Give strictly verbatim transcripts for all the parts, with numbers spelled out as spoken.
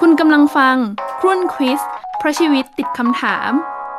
คุณกำลังฟังครุ่นควิซเพราะชีวิตติดคำถาม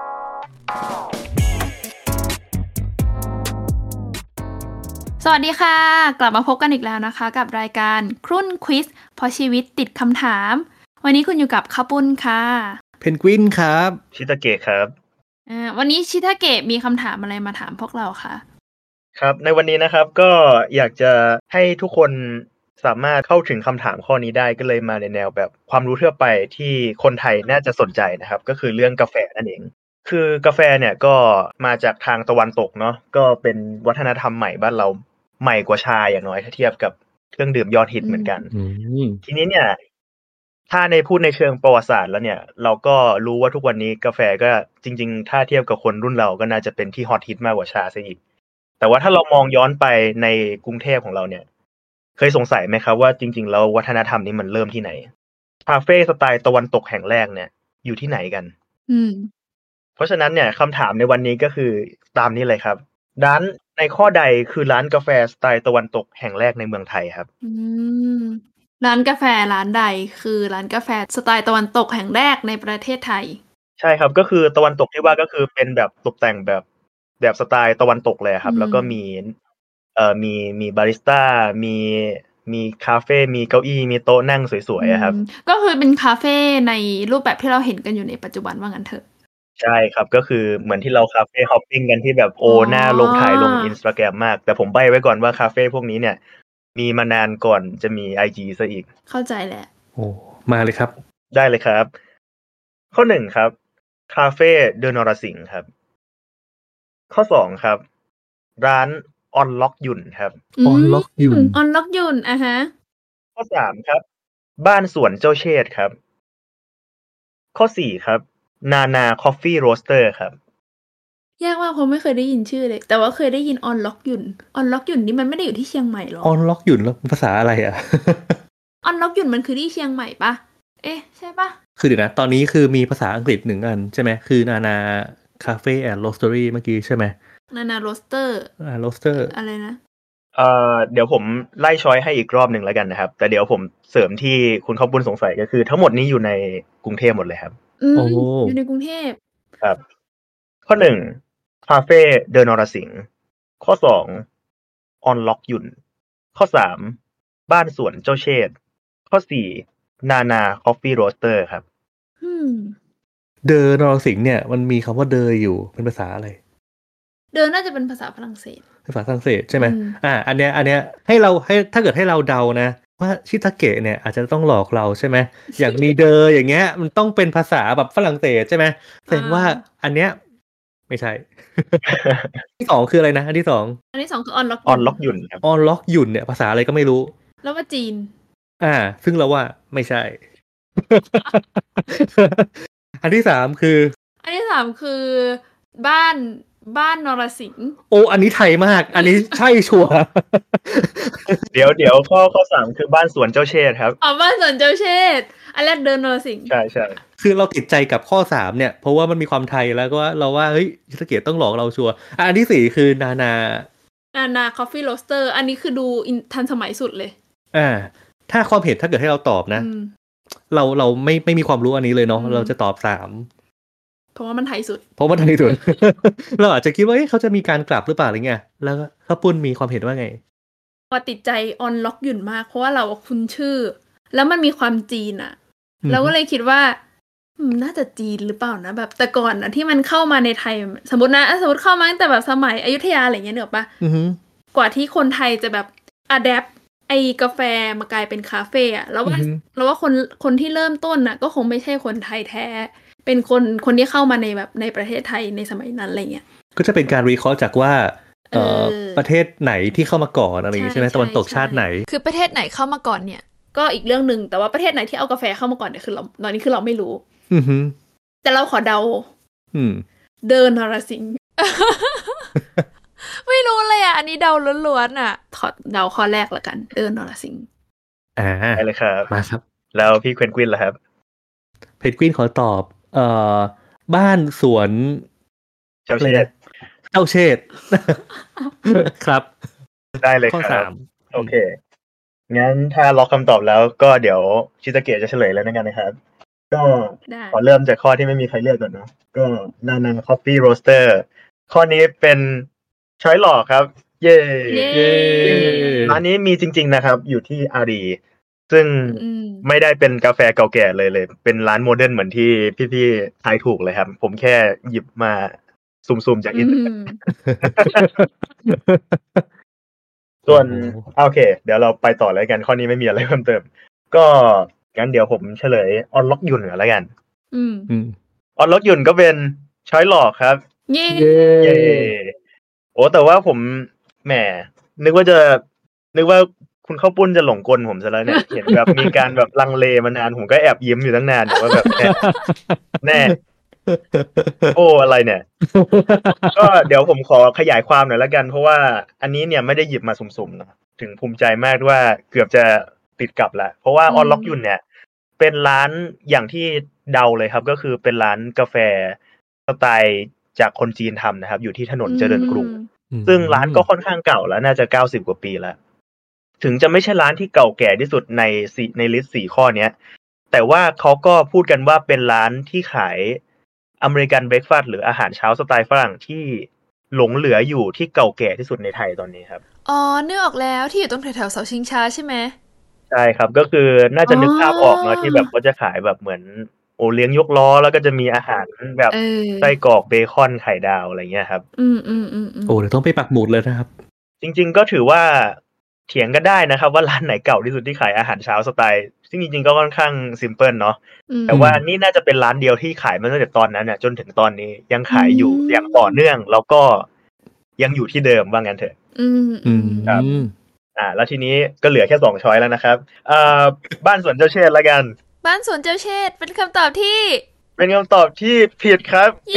สวัสดีค่ะกลับมาพบกันอีกแล้วนะคะกับรายการครุ่นควิซเพราะชีวิตติดคำถามวันนี้คุณอยู่กับข้าวปุ้นค่ะเพนกวินครับชิตาเกะครับอ่าวันนี้ชิตาเกะมีคำถามอะไรมาถามพวกเราคะครับในวันนี้นะครับก็อยากจะให้ทุกคนสามารถเข้าถึงคำถามข้อนี้ได้ก็เลยมาในแนวแบบความรู้ทั่วไปที่คนไทยน่าจะสนใจนะครับก็คือเรื่องกาแฟนั่นเองคือกาแฟเนี่ยก็มาจากทางตะวันตกเนาะก็เป็นวัฒนธรรมใหม่บ้านเราใหม่กว่าชาอย่างน้อยถ้าเทียบกับเครื่องดื่มยอดฮิตเหมือนกันทีนี้เนี่ยถ้าในพูดในเชิงประวัติศาสตร์แล้วเนี่ยเราก็รู้ว่าทุกวันนี้กาแฟก็จริงๆถ้าเทียบกับคนรุ่นเราก็น่าจะเป็นที่ฮอตฮิตมากกว่าชาซะอีกแต่ว่าถ้าเรามองย้อนไปในกรุงเทพของเราเนี่ยเคยสงสัยไหมครับว่าจริงๆแล้ววัฒนธรรมนี้มันเริ่มที่ไหนคาเฟ่สไตล์ตะวันตกแห่งแรกเนี่ยอยู่ที่ไหนกันอืมเพราะฉะนั้นเนี่ยคำถามในวันนี้ก็คือตามนี้เลยครับร้านในข้อใดคือร้านกาแฟสไตล์ตะวันตกแห่งแรกในเมืองไทยครับอืมร้านกาแฟร้านใดคือร้านกาแฟสไตล์ตะวันตกแห่งแรกในประเทศไทยใช่ครับก็คือตะวันตกที่ว่าก็คือเป็นแบบตกแต่งแบบแบบสไตล์ตะวันตกเลยครับแล้วก็มีเอ่อมีมีบาริสต้ามีมีคาเฟ่มีเก้าอี้มีโต๊ะนั่งสวยๆครับก็คือเป็นคาเฟ่ในรูปแบบที่เราเห็นกันอยู่ในปัจจุบันว่างั้นเถอะใช่ครับก็คือเหมือนที่เราคาเฟ่ฮอปปิ้งกันที่แบบโอ้หน้าลงถ่ายลง Instagram มากแต่ผมใบ้ไว้ก่อนว่าคาเฟ่พวกนี้เนี่ยมีมานานก่อนจะมี ไอ จี ซะอีกเข้าใจแหละโอ้มาเลยครับได้เลยครับข้อหนึ่งครับคาเฟ่เดอะนรสิงห์ครับข้อสองครับร้านออนล็อกหยุ่นครับออนล็อกหยุ่นออนล็อกหยุ่นอ่ะฮะข้อสามครับบ้านสวนเจ้าเชษครับข้อสี่ครับนานาคอฟฟี่โรสเตอร์ครับยากมากเพราะไม่เคยได้ยินชื่อเลยแต่ว่าเคยได้ยินออนล็อกหยุ่นออนล็อกหยุ่นนี่มันไม่ได้อยู่ที่เชียงใหม่หรอออนล็อกหยุ่นแล้วภาษาอะไรอ่ะออนล็อกหยุ่นมันคือที่เชียงใหม่ปะเอ๊ะใช่ปะคือเดี๋ยวนะตอนนี้คือมีภาษาอังกฤษหนึ่งอันใช่ไหมคือนานาคาเฟ่แอนด์โรสเตอรี่เมื่อกี้ใช่ไหมนานาโรสเตอร์อ่าโรสเตอร์อะไรนะเอ่อเดี๋ยวผมไล่ช้อยให้อีกรอบหนึ่งแล้วกันนะครับแต่เดี๋ยวผมเสริมที่คุณข้าวปุ้นสงสัยก็คือทั้งหมดนี้อยู่ในกรุงเทพหมดเลยครับอืมอยู่ในกรุงเทพครับข้อหนึ่งคาเฟ่เดอะนรสิงห์ข้อสองออนล็อกหยุ่นข้อสามบ้านสวนเจ้าเชษข้อสี่นานาคอฟฟี่โรสเตอร์ครับอืมเดอนรสิงห์เนี่ยมันมีคำว่าเดออยู่เป็นภาษาอะไรเดินน่าจะเป็นภาษาฝรั่งเศสภาษาฝรั่งเศสใช่ไหมอ่าอันเนี้ยอันเนี้ยให้เราให้ถ้าเกิดให้เราเดานะว่าชิตาเกะเนี่ยอาจจะต้องหลอกเราใช่ไหมอย่างมีเดออย่างเงี้ยมันต้องเป็นภาษาแบบฝรั่งเศสใช่ไหมแสดงว่าอันเนี้ยไม่ใช่ ที่สองคืออะไรนะอันที่สองอันที่สองคือออนล็อกออนล็อกหยุ่นครับออนล็อกหยุ่นเนี่ยภาษาอะไรก็ไม่รู้แล้วว่าจีนอ่าซึ่งเราว่าไม่ใช่ อันที่สามคืออันที่สามคือบ้านบ้านนรสิงห์โอ้อันนี้ไทยมากอันนี้ใช่ชัวร์เดี๋ยวเดี๋ยวข้อข้อสามคือบ้านสวนเจ้าเชษครับอ๋อบ้านสวนเจ้าเชษอันแรกเดินนรสิงห์ใช่ใช่คือเราติดใจกับข้อสามเนี่ยเพราะว่ามันมีความไทยแล้วก็เราว่าเฮ้ยชิตาเกะต้องหลอกเราชัวร์อันที่สี่คือนานานานาคอฟฟี่โรสเตอร์อันนี้คือดูทันสมัยสุดเลยอ่าถ้าความเห็นถ้าเกิดให้เราตอบนะเราเราไม่ไม่มีความรู้อันนี้เลยเนาะเราจะตอบสามเพราะว่ามันไทยสุดเพราะมันไทยสุด เราอาจจะคิดว่าเขาจะมีการกลับหรือเปล่าอะไรเงี้ยแล้วข้าวปุ้นมีความเห็นว่าไงว่าติดใจออนล็อกหยุ่นมากเพราะว่าเราคุ้นชื่อแล้วมันมีความจีนอะเราก็เลยคิดว่าน่าจะจีนหรือเปล่านะแบบแต่ก่อนนะที่มันเข้ามาในไทยสมมตินะสมมติเข้ามาตั้งแต่แบบสมัยอยุธยาอะไรเงี้ยเนอะปะกว่าที่คนไทยจะแบบอะแดปไอกาแฟมากลายเป็นคาเฟ่อะแล้วว่าแล้วว่าคนคนที่เริ่มต้นน่ะก็คงไม่ใช่คนไทยแท้เป็นคนคนที่เข้ามาในแบบในประเทศไทยในสมัยนั้นอะไรเงี้ยก็จะเป็นการรีคอร์จากว่าเอ่อประเทศไหนที่เข้ามาก่อนอะไรอย่างนี้ใช่ไหมตะวันตกชาติไหนคือประเทศไหนเข้ามาก่อนเนี่ยก็อีกเรื่องนึงแต่ว่าประเทศไหนที่เอากาแฟเข้ามาก่อนเนี่ยคือเราตอนนี้คือเราไม่รู้อือฮึแต่เราขอเดาอืมเดินนรสิงห์ ไม่รู้เลยอ่ะอันนี้เดาล้วนๆอ่ะขอเดาข้อแรกละกันเดินนรสิงห์อ่าได้เลยครับมาครับแล้วพี่เพนกวินล่ะครับเพนกวินขอตอบเอ่อบ้านสวนเจ้าเชษเจ้าเชษครับได้เลยข้อครับสามโอเคงั้นถ้าล็อกคำตอบแล้วก็เดี๋ยวชิตาเกะจะเฉลยแล้วนะกันนะครับก็ขอเริ่มจากข้อที่ไม่มีใครเลือกก่อนเนาะก็นานัง Coffee Roaster ข้อนี้เป็นช้อยหลอกครับเย้เย้ร้านนี้มีจริงๆนะครับอยู่ที่อารีซึ่งไม่ได้เป็นกาแฟเก่าแก่เลยเลยเป็นร้านโมเดิร์นเหมือนที่พี่ๆทายถูกเลยครับผมแค่หยิบมาซุ่มๆจากอินเทอร์เน็ตส่วนโอเคเดี๋ยวเราไปต่อเลยกันข้อนี้ไม่มีอะไรเพิ่มเติมก็งั้นเดี๋ยวผมเฉลยออนล็อกยุนก่อนแล้วกันอืมออนล็อกยุนก็เป็นช้อยหลอกครับเย้เย้โอ้แต่ว่าผมแหมนึกว่าจะนึกว่าคุณข้าวปุ้นจะหลงกลผมซะแล้วเนี่ยเห็นแบบมีการแบบลังเลมานานผมก็แอบยิ้มอยู่ตั้งนานแต่ว่าแบบแน่โอ้อะไรเนี่ยก็เดี๋ยวผมขอขยายความหน่อยละกันเพราะว่าอันนี้เนี่ยไม่ได้หยิบมาสุ่มๆนะถึงภูมิใจมากว่าเกือบจะติดกลับแล้วเพราะว่าออนล็อกยุนเนี่ยเป็นร้านอย่างที่เดาเลยครับก็คือเป็นร้านกาแฟสไตล์จากคนจีนทำนะครับอยู่ที่ถนนเจริญกรุงซึ่งร้านก็ค่อนข้างเก่าแล้วน่าจะเก้าสิบกว่าปีแล้วถึงจะไม่ใช่ร้านที่เก่าแก่ที่สุดในในลิสต์สี่ข้อเนี้ยแต่ว่าเขาก็พูดกันว่าเป็นร้านที่ขายอเมริกันเบรคฟาสต์หรืออาหารเช้าสไตล์ฝรั่งที่หลงเหลืออยู่ที่เก่าแก่ที่สุดในไทยตอนนี้ครับอ๋อนึกออกแล้วที่อยู่ตรงแถวๆเสาชิงช้าใช่ไหมใช่ครับก็คือน่าจะนึกภาพออกเนาะที่แบบเขาจะขายแบบเหมือนโอเลี้ยงยกล้อแล้วก็จะมีอาหารแบบไส้กรอกเบคอนไข่ดาวอะไรเงี้ยครับอืมอืมอืมโอ้เดี๋ยวต้องไปปักหมุดเลยนะครับจริงๆก็ถือว่าเถียงกันได้นะครับว่าร้านไหนเก่าที่สุดที่ขายอาหารเช้าสไตล์ซึ่งจริงๆก็ค่อนข้างซิมเพิลเนาะแต่ว่านี่น่าจะเป็นร้านเดียวที่ขายมาตั้งแต่ตอนนั้นเนี่ยจนถึงตอนนี้ยังขายอยู่อย่างต่อเนื่องแล้วก็ยังอยู่ที่เดิมว่างั้นเถอะอืมอืมครับอ่าแล้วทีนี้ก็เหลือแค่สองช้อยแล้วนะครับอ่าบ้านสวนเจ้าเชษละกันบ้านสวนเจ้าเชษเป็นคำตอบที่เป็นคำตอบที่ผิดครับเย้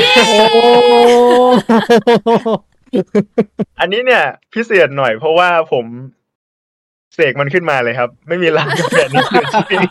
อันนี้เนี่ยพิเศษหน่อยเพราะว่าผมเสกมันขึ้นมาเลยครับไม่มีร้านกาแฟนี้จริง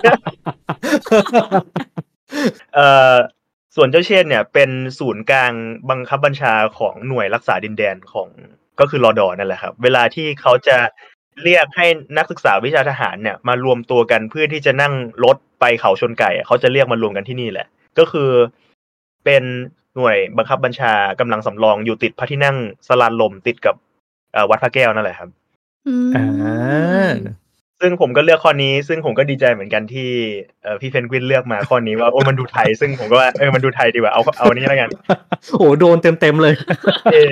เอ่อส่วนเจ้าเชษเนี่ยเป็นศูนย์กลางบังคับบัญชาของหน่วยรักษาดินแดนของก็คือรด.นั่นแหละครับเวลาที่เขาจะเรียกให้นักศึกษาวิชาทหารเนี่ยมารวมตัวกันเพื่อที่จะนั่งรถไปเขาชนไก่เขาจะเรียกมารวมกันที่นี่แหละก็คือเป็นหน่วยบังคับบัญชากำลังสำรองอยู่ติดพระที่นั่งสลานลมติดกับวัดพระแก้วนั่นแหละครับอ่าซึ่งผมก็เลือกข้อนี้ซึ่งผมก็ดีใจเหมือนกันที่เอ่อพี่เพนกวินเลือกมาข้อนี้ว่าโอ้มันดูไทยซึ่งผมก็ว่าเออมันดูไทยดีกว่าเอาเอานี้แล้วกันโอ้โดนเต็มๆเลยเอ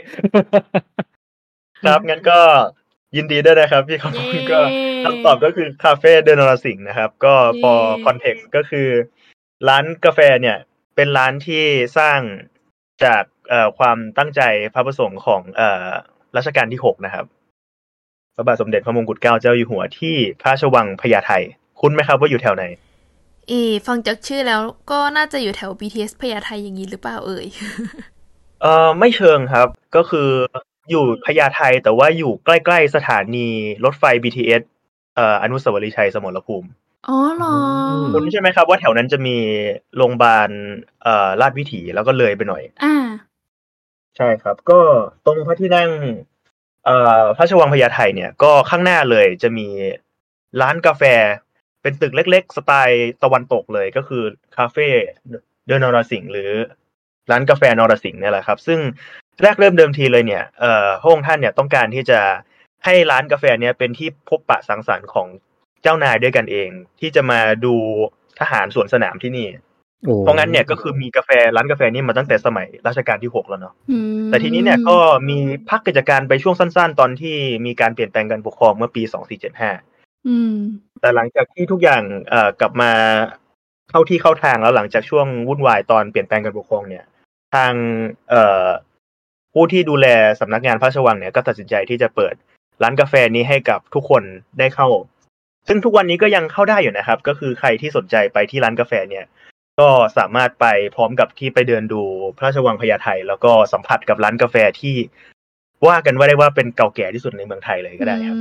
ครับงั้นก็ยินดีด้วยนะครับพี่ครับก็คำตอบก็คือคาเฟ่เดนนรสิงห์นะครับก็พอคอนเทกต์ก็คือร้านกาแฟเนี่ยเป็นร้านที่สร้างจากเอ่อความตั้งใจพระประสงค์ของเอ่อรัชกาลที่หกนะครับพระบาทสมเด็จพระมงกุฎเกล้าเจ้าอยู่หัวที่พระราชวังพญาไทคุ้นไหมครับว่าอยู่แถวไหนเอฟังจากชื่อแล้วก็น่าจะอยู่แถว บี ที เอส พญาไทอย่างนี้หรือเปล่าเอ่ยเอ่อไม่เชิงครับก็คืออยู่พญาไทแต่ว่าอยู่ใกล้ๆสถานีรถไฟ บี ที เอส เอ่ออนุสาวรีย์ชัยสมรภูมิอ๋อเหรอคุณใช่ไหมครับว่าแถวนั้นจะมีโรงพยาบาลเอ่อลาดวิถีแล้วก็เลยไปหน่อยอ่าใช่ครับก็ตรงพระที่นั่งเอ่อพระราชวังพญาไทเนี่ยก็ข้างหน้าเลยจะมีร้านกาแฟเป็นตึกเล็กๆสไตล์ตะวันตกเลยก็คือคาเฟ่เดนนรสิงห์หรือร้านกาแฟนรสิงห์เนี่ยแหละครับซึ่งแรกเริ่มเดิมทีเลยเนี่ยเอ่อพระองค์ท่านเนี่ยต้องการที่จะให้ร้านกาแฟเนี่ยเป็นที่พบปะสังสรรค์ของเจ้านายด้วยกันเองที่จะมาดูทหารสวนสนามที่นี่เพราะงั้นเนี่ยก็คือมีกาแฟร้านกาแฟนี่มาตั้งแต่สมัยรัชกาลที่หกแล้วเนาะแต่ทีนี้เนี่ยก็มีพักกิจการไปช่วงสั้นๆตอนที่มีการเปลี่ยนแปลงการปกครองเมื่อปีสองพันสี่ร้อยเจ็ดสิบห้าอืมแต่หลังจากที่ทุกอย่างเอ่อกลับมาเข้าที่เข้าทางแล้วหลังจากช่วงวุ่นวายตอนเปลี่ยนแปลงการปกครองเนี่ยทางเอ่อผู้ที่ดูแลสำนักงานพระราชวังเนี่ยก็ตัดสินใจที่จะเปิดร้านกาแฟนี้ให้กับทุกคนได้เข้าซึ่งทุกวันนี้ก็ยังเข้าได้อยู่นะครับก็คือใครที่สนใจไปที่ร้านกาแฟเนี่ยก็สามารถไปพร้อมกับที่ไปเดินดูพระราชวังพญาไทแล้วก็สัมผัสกับร้านกาแฟที่ว่ากันว่าได้ว่าเป็นเก่าแก่ที่สุดในเมืองไทยเลยก็ได้ครับ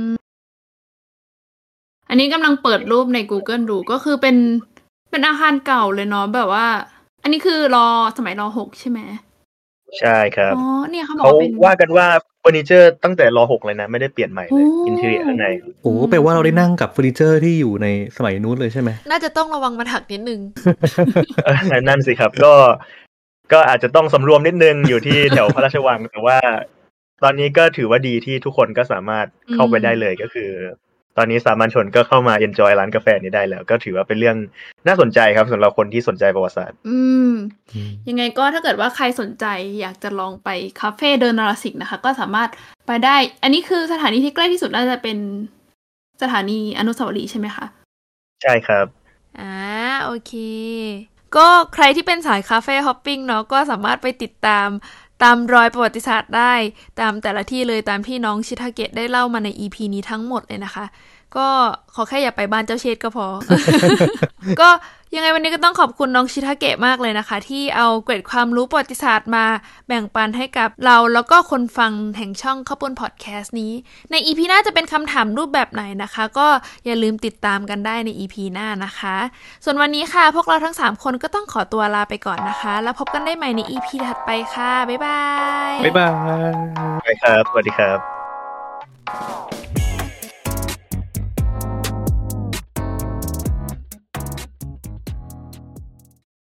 อันนี้กำลังเปิดรูปใน Google ดูก็คือเป็นเป็นอาคารเก่าเลยเนาะแบบว่าอันนี้คือรอสมัยรอหกใช่ไหมใช่ครับอ๋อเนี่ยเขาบอกเขาว่าเป็นว่ากันว่าเฟอร์นิเจอร์ตั้งแต่รหกเลยนะไม่ได้เปลี่ยนใหม่เลยอินทีเรียข้างในโอ้แปลว่าเราได้นั่งกับเฟอร์นิเจอร์ที่อยู่ในสมัยนู้นเลยใช่ไหมน่าจะต้องระวังมาถักนิดนึงเออนั่นสิครับก็ก็อาจจะต้องสำรวมนิดนึงอยู่ที่แถวพระราชวังแต่ว่า ตอนนี้ก็ถือว่าดีที่ทุกคนก็สามารถเข้าไปได้เลยก็คือ ตอนนี้สามัญชนก็เข้ามาเอนจอยร้านกาแฟนี้ได้แล้ว ก็ถือว่าเป็นเรื่องน่าสนใจครับสำหรับคนที่สนใจประวัติศาสตร์อืมยังไงก็ถ้าเกิดว่าใครสนใจอยากจะลองไปคาเฟ่เดินนรสิงห์นะคะก็สามารถไปได้ อันนี้คือสถานีที่ใกล้ที่สุดน่าจะเป็นสถานีอนุสาวรีย์ใช่ไหมคะใช่ครับอ่าโอเคก็ใครที่เป็นสายคาเฟ่ฮอปปิ้งเนาะก็สามารถไปติดตามตามรอยประวัติศาสตร์ได้ตามแต่ละที่เลยตามที่น้องชิทาเกะได้เล่ามาใน อี พี นี้ทั้งหมดเลยนะคะก็ขอแค่อย่าไปบ้านเจ้าเชษก็พอ ก็ยังไงวันนี้ก็ต้องขอบคุณน้องชิทาเกะมากเลยนะคะที่เอาเกร็ดความรู้ประวัติศาสตร์มาแบ่งปันให้กับเราแล้วก็คนฟังแห่งช่องข้าวปุ้นพอดแคสต์นี้ใน อี พี หน้าจะเป็นคำถามรูปแบบไหนนะคะก็อย่าลืมติดตามกันได้ใน อี พี หน้านะคะส่วนวันนี้ค่ะพวกเราทั้งสามคนก็ต้องขอตัวลาไปก่อนนะคะแล้วพบกันได้ใหม่ใน อี พี ถัดไปค่ะบ๊ายบายบ๊ายบายไปครับสวัสดีครับ